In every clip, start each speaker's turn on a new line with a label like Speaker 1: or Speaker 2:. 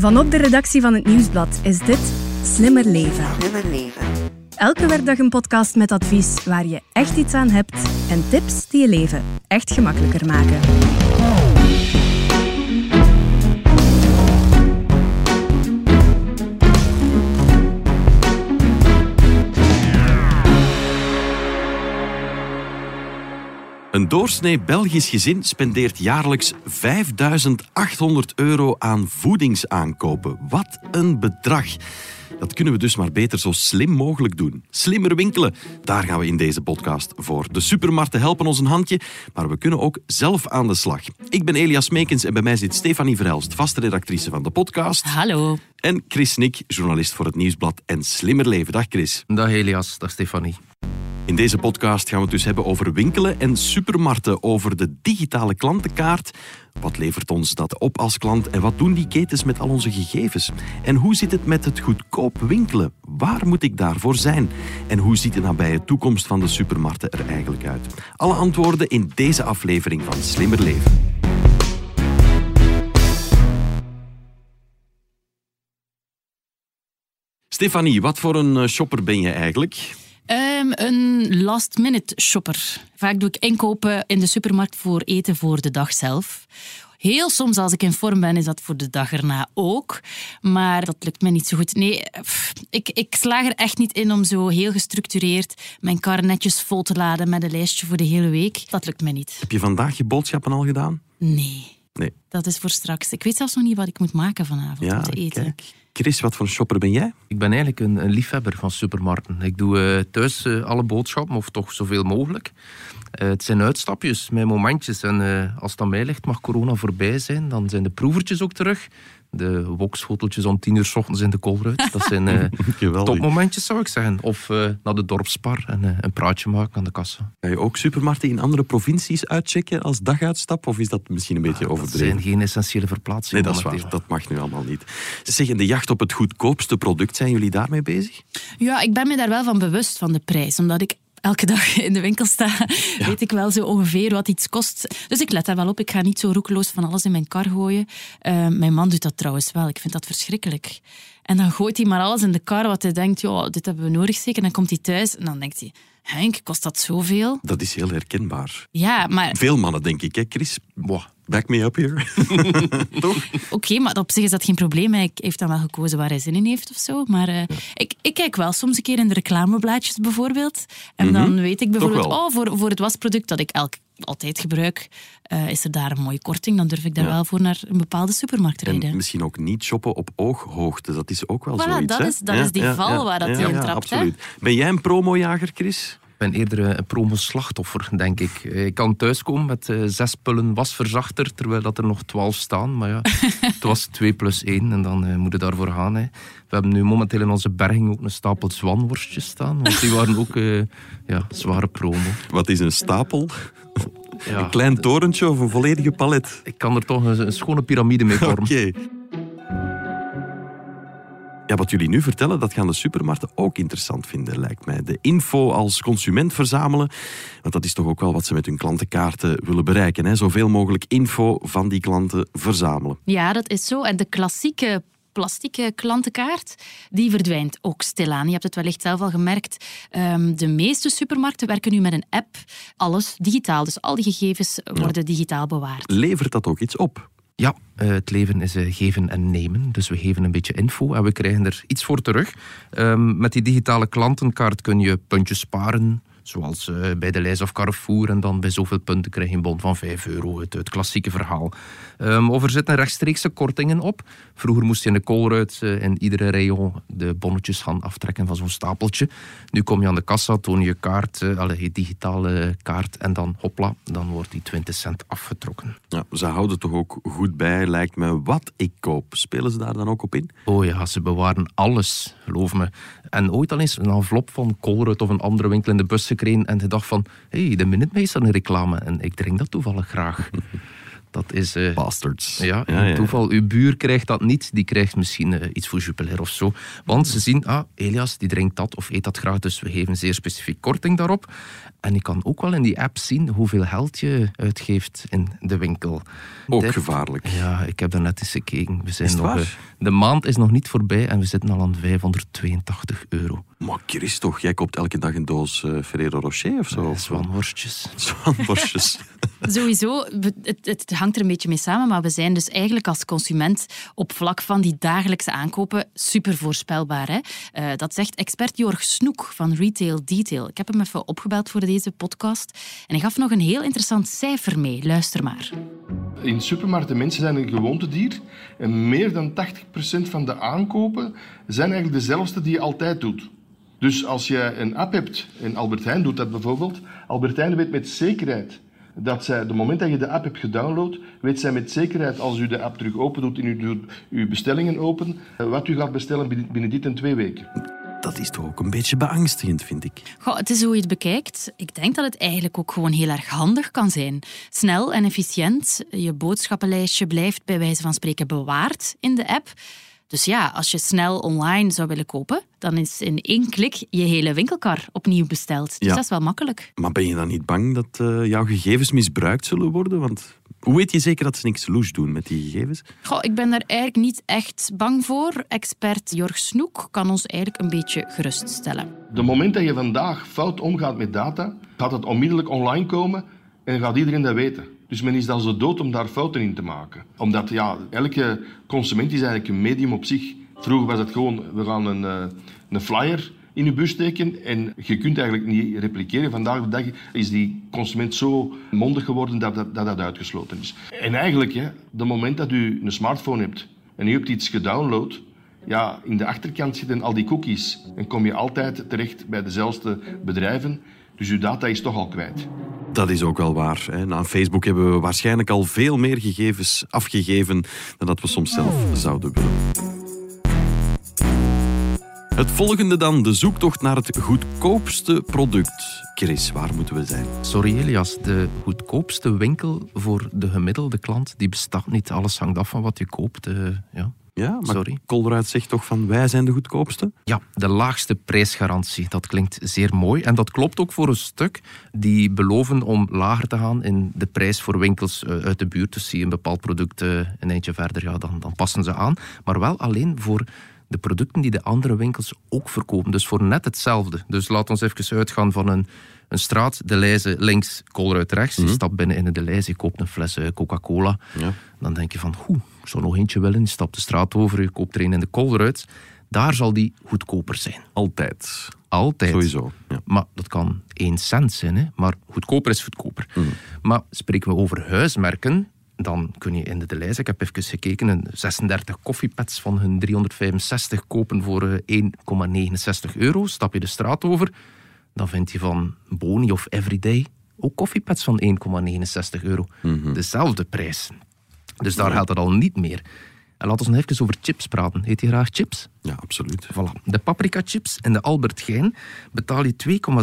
Speaker 1: Vanop de redactie van het Nieuwsblad is dit Slimmer Leven. Elke werkdag een podcast met advies waar je echt iets aan hebt en tips die je leven echt gemakkelijker maken.
Speaker 2: Een doorsnee Belgisch gezin spendeert jaarlijks €5.800 aan voedingsaankopen. Wat een bedrag! Dat kunnen we dus maar beter zo slim mogelijk doen. Slimmer winkelen, daar gaan we in deze podcast voor. De supermarkten helpen ons een handje, maar we kunnen ook zelf aan de slag. Ik ben Elias Meekens en bij mij zit Stefanie Verhelst, vaste redactrice van de podcast.
Speaker 3: Hallo.
Speaker 2: En Chris Nick, journalist voor het Nieuwsblad en Slimmer Leven. Dag Chris.
Speaker 4: Dag Elias, dag Stefanie.
Speaker 2: In deze podcast gaan we het dus hebben over winkelen en supermarkten, over de digitale klantenkaart. Wat levert ons dat op als klant en wat doen die ketens met al onze gegevens? En hoe zit het met het goedkoop winkelen? Waar moet ik daarvoor zijn? En hoe ziet de nabije toekomst van de supermarkten er eigenlijk uit? Alle antwoorden in deze aflevering van Slimmer Leven. Stefanie, wat voor een shopper ben je eigenlijk?
Speaker 3: Een last-minute shopper. Vaak doe ik inkopen in de supermarkt voor eten voor de dag zelf. Heel soms als ik in vorm ben, is dat voor de dag erna ook. Maar dat lukt mij niet zo goed. Nee, ik slaag er echt niet in om zo heel gestructureerd mijn kar netjes vol te laden met een lijstje voor de hele week. Dat lukt mij niet.
Speaker 2: Heb je vandaag je boodschappen al gedaan?
Speaker 3: Nee. Dat is voor straks. Ik weet zelfs nog niet wat ik moet maken vanavond om te eten.
Speaker 2: Kijk. Chris, wat voor een shopper ben jij?
Speaker 4: Ik ben eigenlijk een liefhebber van supermarkten. Ik doe thuis alle boodschappen, of toch zoveel mogelijk. Het zijn uitstapjes, mijn momentjes. En als het aan mij ligt, mag corona voorbij zijn. Dan zijn de proevertjes ook terug. De wokschoteltjes om 10:00 's ochtends in de Colruyt. Dat zijn topmomentjes, zou ik zeggen. Of naar de dorpsbar en een praatje maken aan de kassa.
Speaker 2: Ga je ook supermarkten in andere provincies uitchecken als daguitstap? Of is dat misschien een beetje overdreven?
Speaker 4: Dat zijn geen essentiële verplaatsingen.
Speaker 2: Nee, dat is waar. Dat mag nu allemaal niet. Zeg, in de jacht op het goedkoopste product, zijn jullie daarmee bezig?
Speaker 3: Ja, ik ben me daar wel van bewust van de prijs. Omdat ik elke dag in de winkel sta, weet ik wel zo ongeveer wat iets kost. Dus ik let daar wel op. Ik ga niet zo roekeloos van alles in mijn kar gooien. Mijn man doet dat trouwens wel. Ik vind dat verschrikkelijk. En dan gooit hij maar alles in de kar wat hij denkt, ja, dit hebben we nodig zeker. En dan komt hij thuis en dan denkt hij, Henk, kost dat zoveel?
Speaker 2: Dat is heel herkenbaar.
Speaker 3: Ja, maar...
Speaker 2: Veel mannen, denk ik, hè, Chris? Back me up here. Toch?
Speaker 3: Oké, maar op zich is dat geen probleem. Hij heeft dan wel gekozen waar hij zin in heeft of zo. Maar ik kijk wel soms een keer in de reclameblaadjes bijvoorbeeld. En dan weet ik bijvoorbeeld, voor het wasproduct dat ik altijd gebruik, is er daar een mooie korting. Dan durf ik daar wel voor naar een bepaalde supermarkt rijden.
Speaker 2: En misschien ook niet shoppen op ooghoogte. Dat is ook wel zoiets.
Speaker 3: Dat is die val waar dat hij in trapt.
Speaker 2: Absoluut. Hè? Ben jij een promojager, Chris?
Speaker 4: Ik ben eerder een promo-slachtoffer, denk ik. Ik kan thuiskomen met 6 pullen wasverzachter, terwijl dat er nog 12 staan. Maar ja, het was 2 + 1 en dan moet je daarvoor gaan. Hè. We hebben nu momenteel in onze berging ook een stapel zwanworstjes staan, want die waren ook zware promo.
Speaker 2: Wat is een stapel? Een klein torentje of een volledige palet?
Speaker 4: Ik kan er toch een schone piramide mee vormen.
Speaker 2: Oké. Ja, wat jullie nu vertellen, dat gaan de supermarkten ook interessant vinden, lijkt mij. De info als consument verzamelen, want dat is toch ook wel wat ze met hun klantenkaarten willen bereiken. Hè? Zoveel mogelijk info van die klanten verzamelen.
Speaker 3: Ja, dat is zo. En de klassieke plastieke klantenkaart, die verdwijnt ook stilaan. Je hebt het wellicht zelf al gemerkt. De meeste supermarkten werken nu met een app. Alles digitaal, dus al die gegevens worden digitaal bewaard.
Speaker 2: Levert dat ook iets op?
Speaker 4: Ja, het leven is geven en nemen. Dus we geven een beetje info en we krijgen er iets voor terug. Met die digitale klantenkaart kun je puntjes sparen, zoals bij de Leijs of Carrefour. En dan bij zoveel punten krijg je een bon van €5. Het klassieke verhaal. Of er zitten rechtstreekse kortingen op. Vroeger moest je in de Colruyt in iedere rayon de bonnetjes gaan aftrekken van zo'n stapeltje. Nu kom je aan de kassa, toon je kaart, je digitale kaart en dan hopla, dan wordt die 20 cent afgetrokken.
Speaker 2: Ja, ze houden toch ook goed bij, lijkt me, wat ik koop. Spelen ze daar dan ook op in?
Speaker 4: Oh ja, ze bewaren alles, geloof me. En ooit al eens een envelop van Colruyt of een andere winkel in de bus gekregen en je dacht van, de Minute Maid is een reclame en ik drink dat toevallig graag. Dat is...
Speaker 2: Bastards.
Speaker 4: Ja, toeval. Uw buur krijgt dat niet. Die krijgt misschien iets voor Jupiler of zo. Want ze zien, Elias die drinkt dat of eet dat graag, dus we geven zeer specifiek korting daarop. En je kan ook wel in die app zien hoeveel geld je uitgeeft in de winkel.
Speaker 2: Ook gevaarlijk.
Speaker 4: Ja, ik heb daar net eens gekeken. We zijn
Speaker 2: is het
Speaker 4: nog,
Speaker 2: waar?
Speaker 4: de maand is nog niet voorbij en we zitten al aan €582.
Speaker 2: Maar Chris, toch? Jij koopt elke dag een doos Ferrero Rocher of zo?
Speaker 4: Zwanworstjes.
Speaker 2: Zwanworstjes.
Speaker 3: Sowieso, het hangt er een beetje mee samen, maar we zijn dus eigenlijk als consument op vlak van die dagelijkse aankopen super voorspelbaar. Hè? Dat zegt expert Jorg Snoek van Retail Detail. Ik heb hem even opgebeld voor deze podcast en hij gaf nog een heel interessant cijfer mee. Luister maar.
Speaker 5: In supermarkten, mensen zijn een gewoontedier en meer dan 80% van de aankopen zijn eigenlijk dezelfde die je altijd doet. Dus als je een app hebt, en Albert Heijn doet dat bijvoorbeeld, Albert Heijn weet met zekerheid dat zij, op het moment dat je de app hebt gedownload, weet zij met zekerheid als u de app terug open doet en u doet uw bestellingen open, wat u gaat bestellen binnen dit en 2 weken.
Speaker 2: Dat is toch ook een beetje beangstigend, vind ik.
Speaker 3: Goh, het is hoe je het bekijkt. Ik denk dat het eigenlijk ook gewoon heel erg handig kan zijn. Snel en efficiënt. Je boodschappenlijstje blijft bij wijze van spreken bewaard in de app. Dus ja, als je snel online zou willen kopen, dan is in 1 klik je hele winkelkar opnieuw besteld. Dus dat is wel makkelijk.
Speaker 2: Maar ben je dan niet bang dat jouw gegevens misbruikt zullen worden? Want hoe weet je zeker dat ze niks louche doen met die gegevens?
Speaker 3: Goh, ik ben daar eigenlijk niet echt bang voor. Expert Jorg Snoek kan ons eigenlijk een beetje geruststellen.
Speaker 5: De moment dat je vandaag fout omgaat met data, gaat het onmiddellijk online komen en gaat iedereen dat weten. Dus men is dan zo dood om daar fouten in te maken. Omdat elke consument is eigenlijk een medium op zich. Vroeger was het gewoon, we gaan een flyer in je bus steken en je kunt eigenlijk niet repliceren. Vandaag de dag is die consument zo mondig geworden dat uitgesloten is. En eigenlijk, de moment dat u een smartphone hebt en u hebt iets gedownload, in de achterkant zitten al die cookies en kom je altijd terecht bij dezelfde bedrijven. Dus uw data is toch al kwijt.
Speaker 2: Dat is ook wel waar. Hè. Na Facebook hebben we waarschijnlijk al veel meer gegevens afgegeven dan dat we soms zelf zouden willen. Het volgende dan, de zoektocht naar het goedkoopste product. Chris, waar moeten we zijn?
Speaker 4: Sorry Elias, de goedkoopste winkel voor de gemiddelde klant, die bestaat niet. Alles hangt af van wat je koopt.
Speaker 2: Ja, maar
Speaker 4: sorry.
Speaker 2: Colruyt zegt toch van wij zijn de goedkoopste?
Speaker 4: Ja, de laagste prijsgarantie. Dat klinkt zeer mooi. En dat klopt ook voor een stuk. Die beloven om lager te gaan in de prijs voor winkels uit de buurt. Dus zie je een bepaald product een eindje verder, dan passen ze aan. Maar wel alleen voor de producten die de andere winkels ook verkopen. Dus voor net hetzelfde. Dus laat ons even uitgaan van een straat, de Leize links, Colruyt rechts. Je stapt binnen in de Leize, je koopt een fles Coca-Cola. Ja. Dan denk je van, ik zou nog eentje willen. Je stapt de straat over, je koopt er een in de Colruyt. Daar zal die goedkoper zijn.
Speaker 2: Altijd.
Speaker 4: Sowieso. Ja. Maar dat kan 1 cent zijn, hè? Maar goedkoper is goedkoper. Maar spreken we over huismerken, dan kun je in de Leize, ik heb even gekeken, een 36 koffiepads van hun 365 kopen voor €1,69. Stap je de straat over, dan vind je van Boni of Everyday ook koffiepads van €1,69. Dezelfde prijs. Dus daar geldt het al niet meer. En laten we nog even over chips praten. Eet je graag chips?
Speaker 2: Ja, absoluut.
Speaker 4: Voilà. De paprika chips en de Albert Heijn betaal je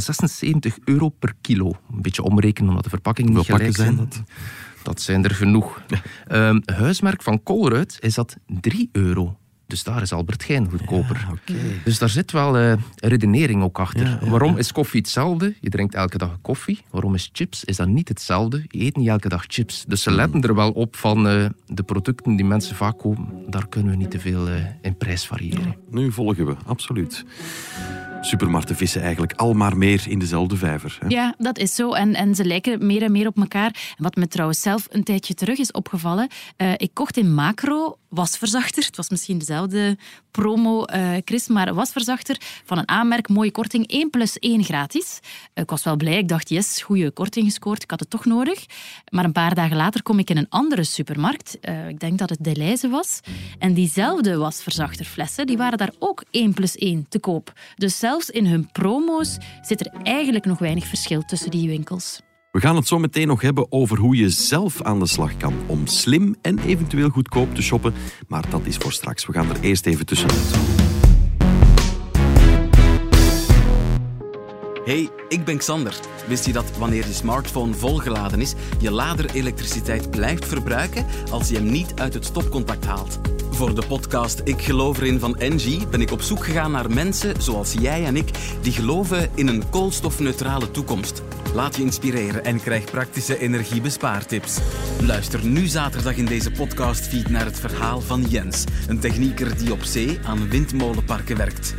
Speaker 4: €2,76 per kilo. Een beetje omrekenen omdat de verpakkingen niet gelijk zijn. Dat zijn er genoeg. Huismerk van Colruyt is dat €3. Dus daar is Albert Heijn goedkoper.
Speaker 2: Ja, okay.
Speaker 4: Dus daar zit wel redenering ook achter. Waarom is koffie hetzelfde? Je drinkt elke dag koffie. Waarom is chips? Is dat niet hetzelfde? Je eet niet elke dag chips. Dus ze letten er wel op van de producten die mensen vaak kopen. Daar kunnen we niet te veel in prijs variëren.
Speaker 2: Ja, nu volgen we, absoluut. Supermarkten vissen eigenlijk al maar meer in dezelfde vijver. Hè?
Speaker 3: Ja, dat is zo. En ze lijken meer en meer op elkaar. En wat me trouwens zelf een tijdje terug is opgevallen. Ik kocht in Macro wasverzachter. Het was misschien dezelfde promo, Chris, maar wasverzachter van een aanmerk, mooie korting, 1+1 gratis. Ik was wel blij. Ik dacht, yes, goede korting gescoord. Ik had het toch nodig. Maar een paar dagen later kom ik in een andere supermarkt. Ik denk dat het de Leize was. En diezelfde wasverzachterflessen, die waren daar ook 1+1 te koop. Dus zelfs in hun promo's zit er eigenlijk nog weinig verschil tussen die winkels.
Speaker 2: We gaan het zo meteen nog hebben over hoe je zelf aan de slag kan om slim en eventueel goedkoop te shoppen. Maar dat is voor straks. We gaan er eerst even tussenuit.
Speaker 6: Hey, ik ben Xander. Wist je dat wanneer je smartphone volgeladen is, je lader elektriciteit blijft verbruiken als je hem niet uit het stopcontact haalt? Voor de podcast Ik geloof erin van Engie ben ik op zoek gegaan naar mensen zoals jij en ik die geloven in een koolstofneutrale toekomst. Laat je inspireren en krijg praktische energiebespaartips. Luister nu zaterdag in deze podcastfeed naar het verhaal van Jens, een technieker die op zee aan windmolenparken werkt.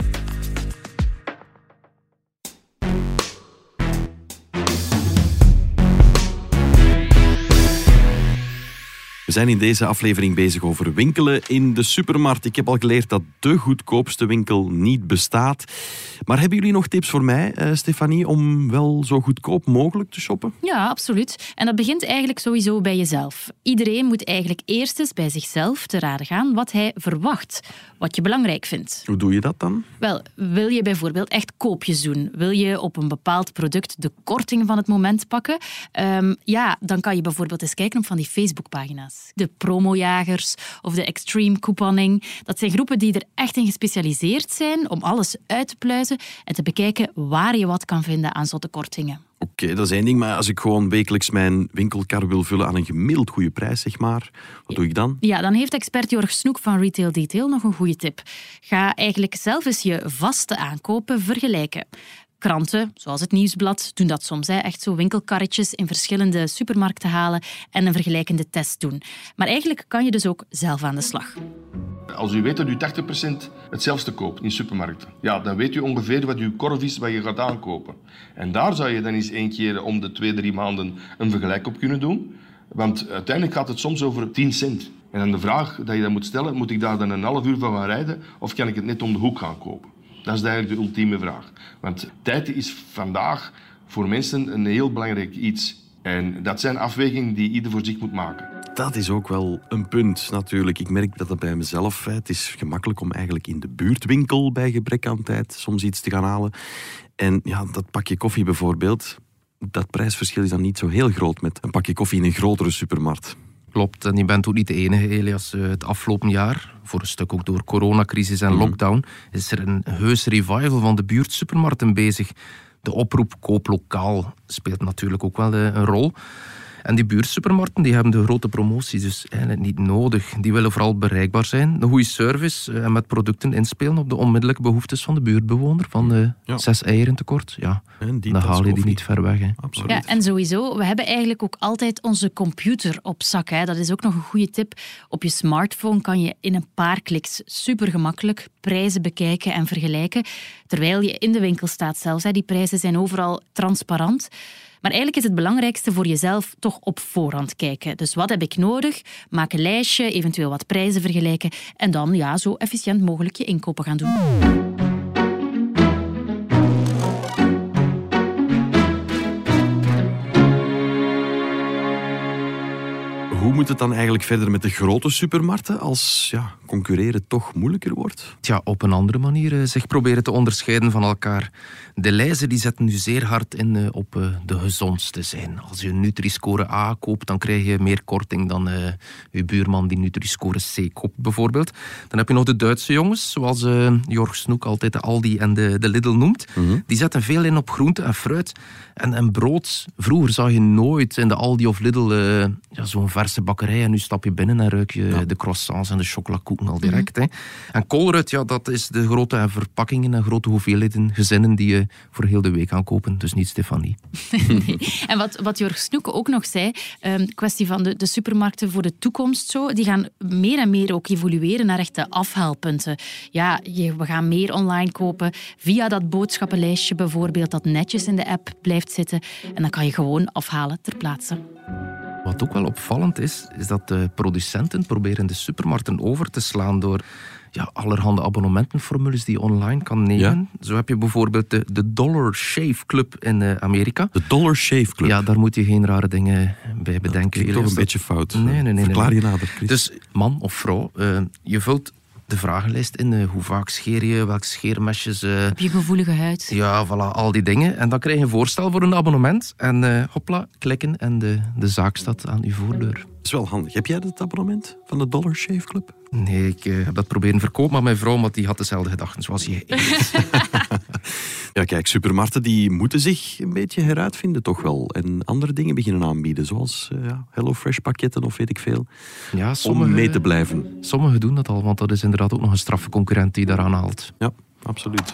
Speaker 2: We zijn in deze aflevering bezig over winkelen in de supermarkt. Ik heb al geleerd dat de goedkoopste winkel niet bestaat. Maar hebben jullie nog tips voor mij, Stefanie, om wel zo goedkoop mogelijk te shoppen?
Speaker 3: Ja, absoluut. En dat begint eigenlijk sowieso bij jezelf. Iedereen moet eigenlijk eerst eens bij zichzelf te raden gaan wat hij verwacht, wat je belangrijk vindt.
Speaker 2: Hoe doe je dat dan?
Speaker 3: Wel, wil je bijvoorbeeld echt koopjes doen? Wil je op een bepaald product de korting van het moment pakken? Dan kan je bijvoorbeeld eens kijken op van die Facebookpagina's. De promojagers of de extreme couponing. Dat zijn groepen die er echt in gespecialiseerd zijn om alles uit te pluizen en te bekijken waar je wat kan vinden aan zotte kortingen.
Speaker 2: Oké, dat is één ding, maar als ik gewoon wekelijks mijn winkelkar wil vullen aan een gemiddeld goede prijs, zeg maar, wat doe ik dan?
Speaker 3: Ja, dan heeft expert Jorg Snoek van Retail Detail nog een goede tip. Ga eigenlijk zelf eens je vaste aankopen vergelijken. Kranten, zoals het Nieuwsblad, doen dat soms. Echt zo winkelkarretjes in verschillende supermarkten halen en een vergelijkende test doen. Maar eigenlijk kan je dus ook zelf aan de slag.
Speaker 5: Als u weet dat u 80% hetzelfde koopt in supermarkten, ja, dan weet u ongeveer wat uw korf is wat je gaat aankopen. En daar zou je dan eens 1 keer om de 2-3 maanden een vergelijk op kunnen doen. Want uiteindelijk gaat het soms over 10 cent. En dan de vraag dat je dan moet stellen, moet ik daar dan een half uur van gaan rijden of kan ik het net om de hoek gaan kopen? Dat is eigenlijk de ultieme vraag. Want tijd is vandaag voor mensen een heel belangrijk iets. En dat zijn afwegingen die ieder voor zich moet maken.
Speaker 2: Dat is ook wel een punt, natuurlijk. Ik merk dat bij mezelf. Het is gemakkelijk om eigenlijk in de buurtwinkel bij gebrek aan tijd soms iets te gaan halen. En ja, dat pakje koffie bijvoorbeeld, dat prijsverschil is dan niet zo heel groot met een pakje koffie in een grotere supermarkt.
Speaker 4: Klopt, en je bent ook niet de enige, Elias. Het afgelopen jaar, voor een stuk ook door coronacrisis en lockdown, is er een heus revival van de buurtsupermarkten bezig. De oproep koop lokaal speelt natuurlijk ook wel een rol. En die buurtsupermarkten die hebben de grote promoties dus eigenlijk niet nodig. Die willen vooral bereikbaar zijn, een goede service en met producten inspelen op de onmiddellijke behoeftes van de buurtbewoner. Van 6 eieren tekort, ja, dan haal je die niet ver weg. Hè.
Speaker 2: Absoluut.
Speaker 3: Ja, en sowieso, we hebben eigenlijk ook altijd onze computer op zak. Hè. Dat is ook nog een goede tip. Op je smartphone kan je in een paar kliks super gemakkelijk prijzen bekijken en vergelijken. Terwijl je in de winkel staat zelfs. Hè. Die prijzen zijn overal transparant. Maar eigenlijk is het belangrijkste voor jezelf toch op voorhand kijken. Dus wat heb ik nodig? Maak een lijstje, eventueel wat prijzen vergelijken en dan zo efficiënt mogelijk je inkopen gaan doen.
Speaker 2: Hoe moet het dan eigenlijk verder met de grote supermarkten als concurreren toch moeilijker wordt?
Speaker 4: Tja, op een andere manier zich proberen te onderscheiden van elkaar. De lijzen die zetten nu zeer hard in op de gezondste zijn. Als je Nutri-score A koopt, dan krijg je meer korting dan je buurman die Nutri-score C koopt, bijvoorbeeld. Dan heb je nog de Duitse jongens, zoals Jorg Snoek altijd de Aldi en de Lidl noemt. Die zetten veel in op groente en fruit en brood. Vroeger zag je nooit in de Aldi of Lidl zo'n verse bakkerij en nu stap je binnen en ruik je de croissants en de chocolakoeken al direct. Hè. En koolruit, dat is de grote verpakkingen en grote hoeveelheden gezinnen die je voor heel de week aankopen. Dus niet Stefanie.
Speaker 3: Nee. En wat Jorg Snoek ook nog zei, kwestie van de supermarkten voor de toekomst, die gaan meer en meer ook evolueren naar echte afhaalpunten. Ja, we gaan meer online kopen via dat boodschappenlijstje bijvoorbeeld, dat netjes in de app blijft zitten. En dan kan je gewoon afhalen ter plaatse.
Speaker 4: Wat ook wel opvallend is dat de producenten proberen de supermarkten over te slaan door allerhande abonnementenformules die je online kan nemen. Ja. Zo heb je bijvoorbeeld de Dollar Shave Club in Amerika.
Speaker 2: De Dollar Shave Club?
Speaker 4: Ja, daar moet je geen rare dingen bij bedenken.
Speaker 2: Dat is toch een beetje fout.
Speaker 4: Nee.
Speaker 2: Verklaar je nader, Chris.
Speaker 4: Dus man of vrouw, je vult de vragenlijst in. Hoe vaak scheer je, welke scheermesjes...
Speaker 3: Heb je gevoelige huid?
Speaker 4: Ja, voilà, al die dingen. En dan krijg je een voorstel voor een abonnement. En hopla, klikken en de zaak staat aan uw voordeur.
Speaker 2: Dat is wel handig. Heb jij dat abonnement van de Dollar Shave Club?
Speaker 4: Nee, ik heb dat proberen verkopen, maar mijn vrouw die had dezelfde gedachten zoals jij.
Speaker 2: Ja, kijk, supermarkten die moeten zich een beetje heruitvinden toch wel. En andere dingen beginnen aanbieden, zoals HelloFresh pakketten of weet ik veel.
Speaker 4: Ja,
Speaker 2: om mee te blijven.
Speaker 4: Sommigen doen dat al, want dat is inderdaad ook nog een straffe concurrent die daaraan haalt.
Speaker 2: Ja, absoluut.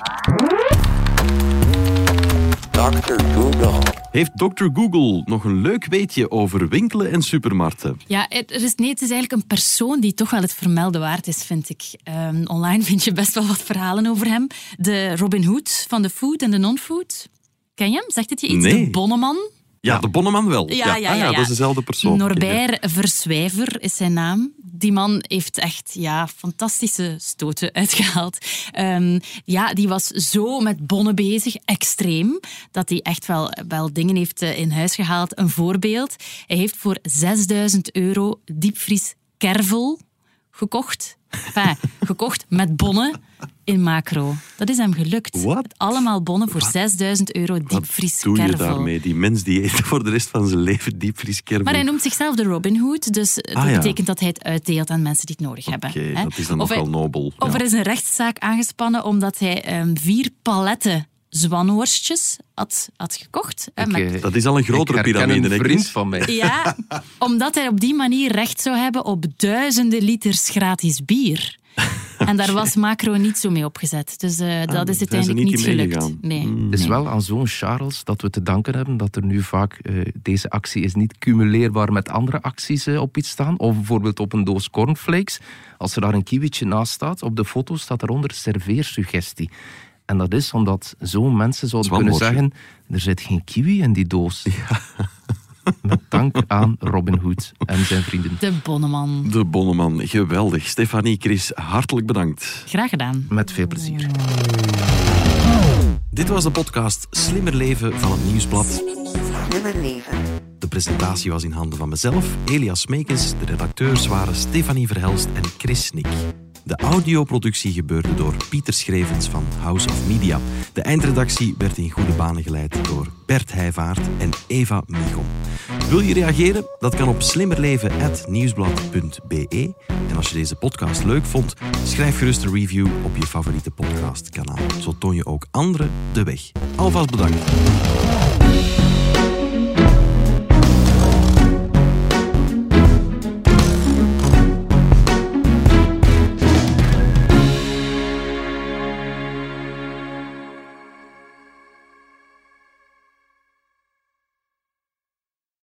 Speaker 7: Dr. Google.
Speaker 2: Heeft Dr. Google nog een leuk weetje over winkelen en supermarkten?
Speaker 3: Ja, het is eigenlijk een persoon die toch wel het vermelden waard is, vind ik. Online vind je best wel wat verhalen over hem. De Robin Hood van de food en de non-food. Ken je hem? Zegt het je iets?
Speaker 2: Nee.
Speaker 3: De Bonneman.
Speaker 2: Ja, de Bonneman wel.
Speaker 3: Ja.
Speaker 2: Dat is dezelfde persoon.
Speaker 3: Norbert Verswijver is zijn naam. Die man heeft echt fantastische stoten uitgehaald. Die was zo met bonnen bezig, extreem, dat hij echt wel dingen heeft in huis gehaald. Een voorbeeld. Hij heeft voor €6.000 diepvries kervel gekocht. Gekocht met bonnen in Macro. Dat is hem gelukt.
Speaker 2: Wat?
Speaker 3: Allemaal bonnen voor €6.000 diepvries kervel.
Speaker 2: Wat doe je daarmee? Die mens die eet voor de rest van zijn leven diepvries kervel.
Speaker 3: Maar hij noemt zichzelf de Robin Hood, dus dat betekent dat hij het uitdeelt aan mensen die het nodig hebben.
Speaker 2: Oké, dat is dan nog wel nobel.
Speaker 3: Of er is een rechtszaak aangespannen omdat hij 4 paletten zwanworstjes had gekocht.
Speaker 2: Dat is al een grotere piramide,
Speaker 4: een vriend van mij.
Speaker 3: Ja, omdat hij op die manier recht zou hebben op duizenden liters gratis bier. En daar was Macro niet zo mee opgezet. Dus dat is uiteindelijk niet gelukt. Nee.
Speaker 4: Het is wel aan zo'n Charles dat we te danken hebben dat er nu vaak deze actie is niet cumuleerbaar met andere acties op iets staan. Of bijvoorbeeld op een doos cornflakes. Als er daar een kiwietje naast staat, op de foto staat eronder serveersuggestie. En dat is omdat zo'n mensen zouden kunnen zeggen, er zit geen kiwi in die doos. Ja. Met dank aan Robin Hood en zijn vrienden.
Speaker 3: De Bonneman.
Speaker 2: De Bonneman, geweldig. Stefanie, Chris, hartelijk bedankt.
Speaker 3: Graag gedaan.
Speaker 4: Met veel plezier.
Speaker 2: Dit was de podcast Slimmer Leven van het Nieuwsblad.
Speaker 7: Slimmer Leven.
Speaker 2: De presentatie was in handen van mezelf, Elias Meekens. De redacteurs waren Stefanie Verhelst en Chris Snik. De audioproductie gebeurde door Pieter Schrevens van House of Media. De eindredactie werd in goede banen geleid door Bert Heijvaart en Eva Michel. Wil je reageren? Dat kan op slimmerleven@nieuwsblad.be. En als je deze podcast leuk vond, schrijf gerust een review op je favoriete podcastkanaal. Zo toon je ook anderen de weg. Alvast bedankt.